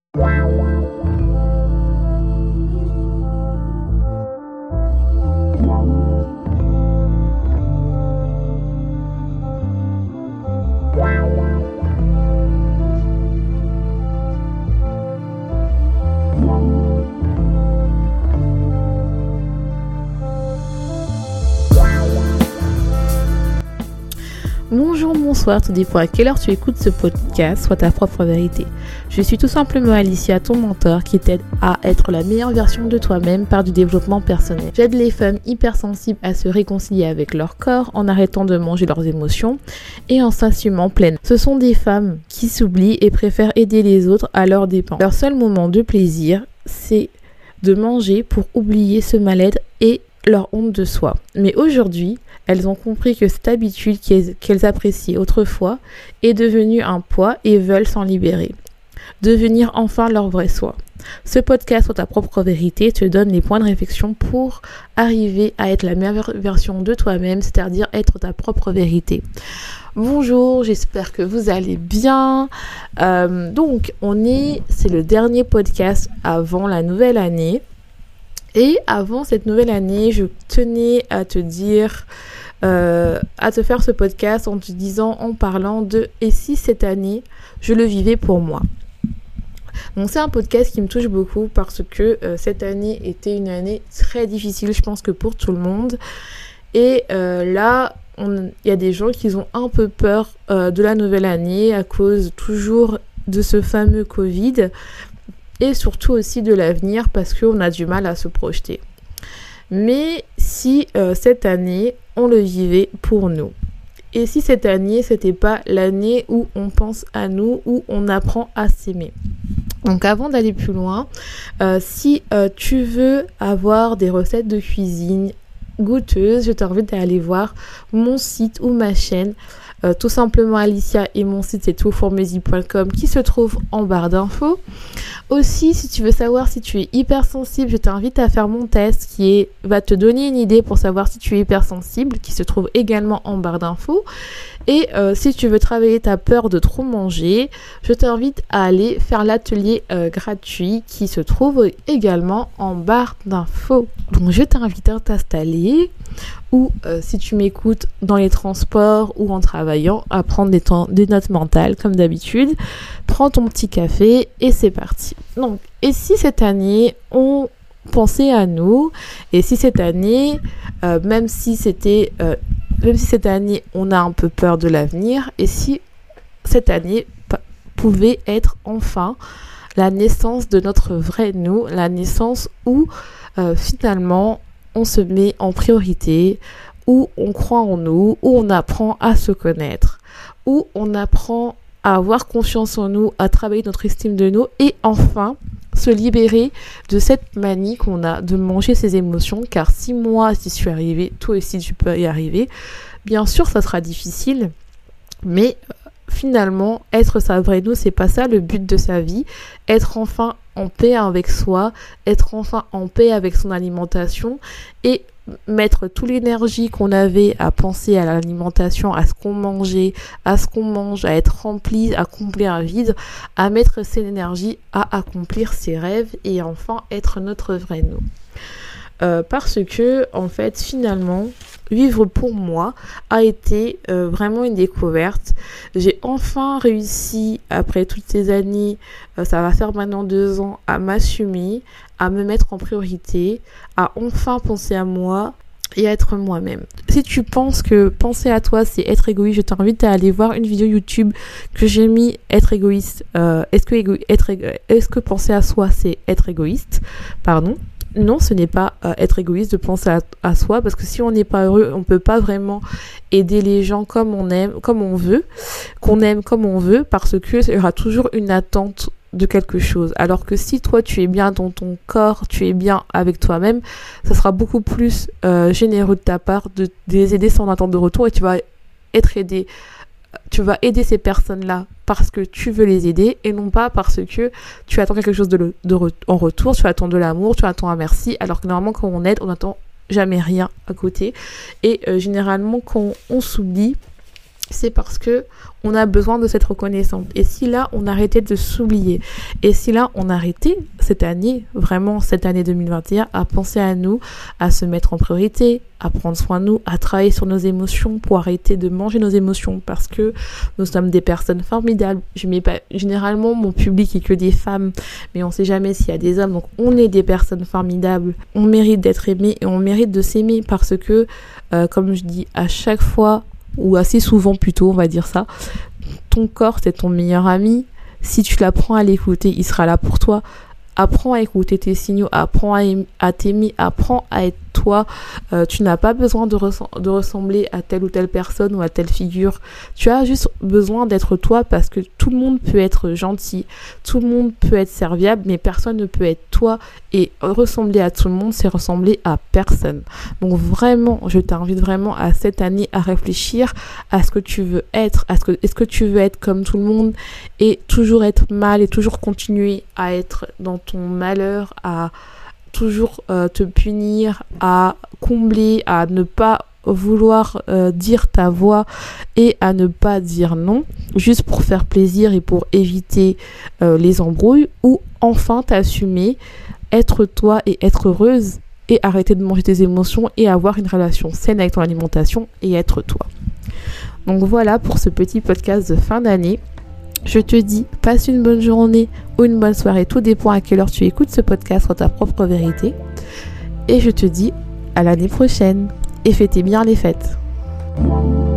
Bonjour, bonsoir, tout dépend à quelle heure tu écoutes ce podcast, soit ta propre vérité. Je suis tout simplement Alicia, ton mentor qui t'aide à être la meilleure version de toi-même par du développement personnel. J'aide les femmes hypersensibles à se réconcilier avec leur corps en arrêtant de manger leurs émotions et en s'assumant pleinement. Ce sont des femmes qui s'oublient et préfèrent aider les autres à leurs dépens. Leur seul moment de plaisir, c'est de manger pour oublier ce mal-être et leur honte de soi. Mais aujourd'hui, elles ont compris que cette habitude qu'elles appréciaient autrefois est devenue un poids et veulent s'en libérer. Devenir enfin leur vrai soi. Ce podcast sur ta propre vérité te donne les points de réflexion pour arriver à être la meilleure version de toi-même, c'est-à-dire être ta propre vérité. Bonjour, j'espère que vous allez bien. C'est le dernier podcast avant la nouvelle année. Et avant cette nouvelle année, je tenais à te dire, à te faire ce podcast en parlant de « Et si cette année, je le vivais pour moi ?» Donc c'est un podcast qui me touche beaucoup parce que cette année était une année très difficile, je pense que pour tout le monde. Et là, il y a des gens qui ont un peu peur de la nouvelle année à cause toujours de ce fameux Covid. Et surtout aussi de l'avenir parce qu'on a du mal à se projeter. Mais si cette année, on le vivait pour nous. Et si cette année, c'était pas l'année où on pense à nous, où on apprend à s'aimer. Donc avant d'aller plus loin, si tu veux avoir des recettes de cuisine goûteuses, je t'invite à aller voir mon site ou ma chaîne. Tout simplement Alicia et mon site c'est toutformaisie.com qui se trouve en barre d'infos. Aussi, si tu veux savoir si tu es hypersensible, je t'invite à faire mon test va te donner une idée pour savoir si tu es hypersensible, qui se trouve également en barre d'infos. Et si tu veux travailler ta peur de trop manger, je t'invite à aller faire l'atelier gratuit qui se trouve également en barre d'infos. Donc je t'invite à t'installer ou si tu m'écoutes dans les transports ou en travaillant, à prendre des notes mentales comme d'habitude. Prends ton petit café et c'est parti. Donc, et si cette année on pensait à nous, et si cette année, même si cette année on a un peu peur de l'avenir, et si cette année pouvait être enfin la naissance de notre vrai nous, la naissance où finalement on se met en priorité, où on croit en nous, où on apprend à se connaître, où on apprend à avoir confiance en nous, à travailler notre estime de nous et enfin se libérer de cette manie qu'on a de manger ses émotions, car si moi j'y suis arrivée, toi aussi tu peux y arriver. Bien sûr ça sera difficile, mais finalement être sa vraie nous, c'est pas ça le but de sa vie. Être enfin en paix avec soi, être enfin en paix avec son alimentation et mettre toute l'énergie qu'on avait à penser à l'alimentation, à ce qu'on mangeait, à ce qu'on mange, à être rempli, à combler un vide, à mettre cette énergie à accomplir ses rêves et enfin être notre vrai nous. Parce que en fait finalement vivre pour moi a été vraiment une découverte. J'ai enfin réussi après toutes ces années, ça va faire maintenant 2 ans, à m'assumer, à me mettre en priorité, à enfin penser à moi et à être moi-même. Si tu penses que penser à toi c'est être égoïste, je t'invite à aller voir une vidéo YouTube que j'ai mis être égoïste. Est-ce que penser à soi c'est être égoïste? Non, ce n'est pas être égoïste de penser à soi, parce que si on n'est pas heureux, on peut pas vraiment aider les gens comme on aime, comme on veut, qu'on aime comme on veut, parce que il y aura toujours une attente de quelque chose. Alors que si toi tu es bien dans ton corps, tu es bien avec toi-même, ça sera beaucoup plus généreux de ta part de les aider sans attente de retour, et tu vas être aidé. Tu vas aider ces personnes-là parce que tu veux les aider et non pas parce que tu attends quelque chose en retour, tu attends de l'amour, tu attends un merci, alors que normalement quand on aide, on n'attend jamais rien à côté. Et généralement quand on s'oublie, c'est parce que on a besoin de cette reconnaissance. Et si là, on arrêtait de s'oublier, et si là, on arrêtait cette année, vraiment cette année 2021, à penser à nous, à se mettre en priorité, à prendre soin de nous, à travailler sur nos émotions pour arrêter de manger nos émotions, parce que nous sommes des personnes formidables. Je mets pas, généralement, mon public est que des femmes, mais on sait jamais s'il y a des hommes, donc on est des personnes formidables. On mérite d'être aimé et on mérite de s'aimer parce que, comme je dis à chaque fois, ou assez souvent plutôt, on va dire ça, ton corps c'est ton meilleur ami. Si tu l'apprends à l'écouter, il sera là pour toi. Apprends à écouter tes signaux, apprends à t'aimer, apprends à être toi. Tu n'as pas besoin de ressembler à telle ou telle personne ou à telle figure. Tu as juste besoin d'être toi, parce que tout le monde peut être gentil, tout le monde peut être serviable, mais personne ne peut être toi. Et ressembler à tout le monde, c'est ressembler à personne. Donc vraiment, je t'invite vraiment à cette année à réfléchir à ce que tu veux être, est-ce que tu veux être comme tout le monde et toujours être mal et toujours continuer à être dans ton malheur, à toujours te punir, à combler, à ne pas vouloir dire ta voix et à ne pas dire non, juste pour faire plaisir et pour éviter les embrouilles, ou enfin t'assumer, être toi et être heureuse et arrêter de manger tes émotions et avoir une relation saine avec ton alimentation et être toi. Donc voilà pour ce petit podcast de fin d'année. Je te dis, passe une bonne journée ou une bonne soirée, tout dépend à quelle heure tu écoutes ce podcast sur ta propre vérité. Et je te dis à l'année prochaine et fêtez bien les fêtes.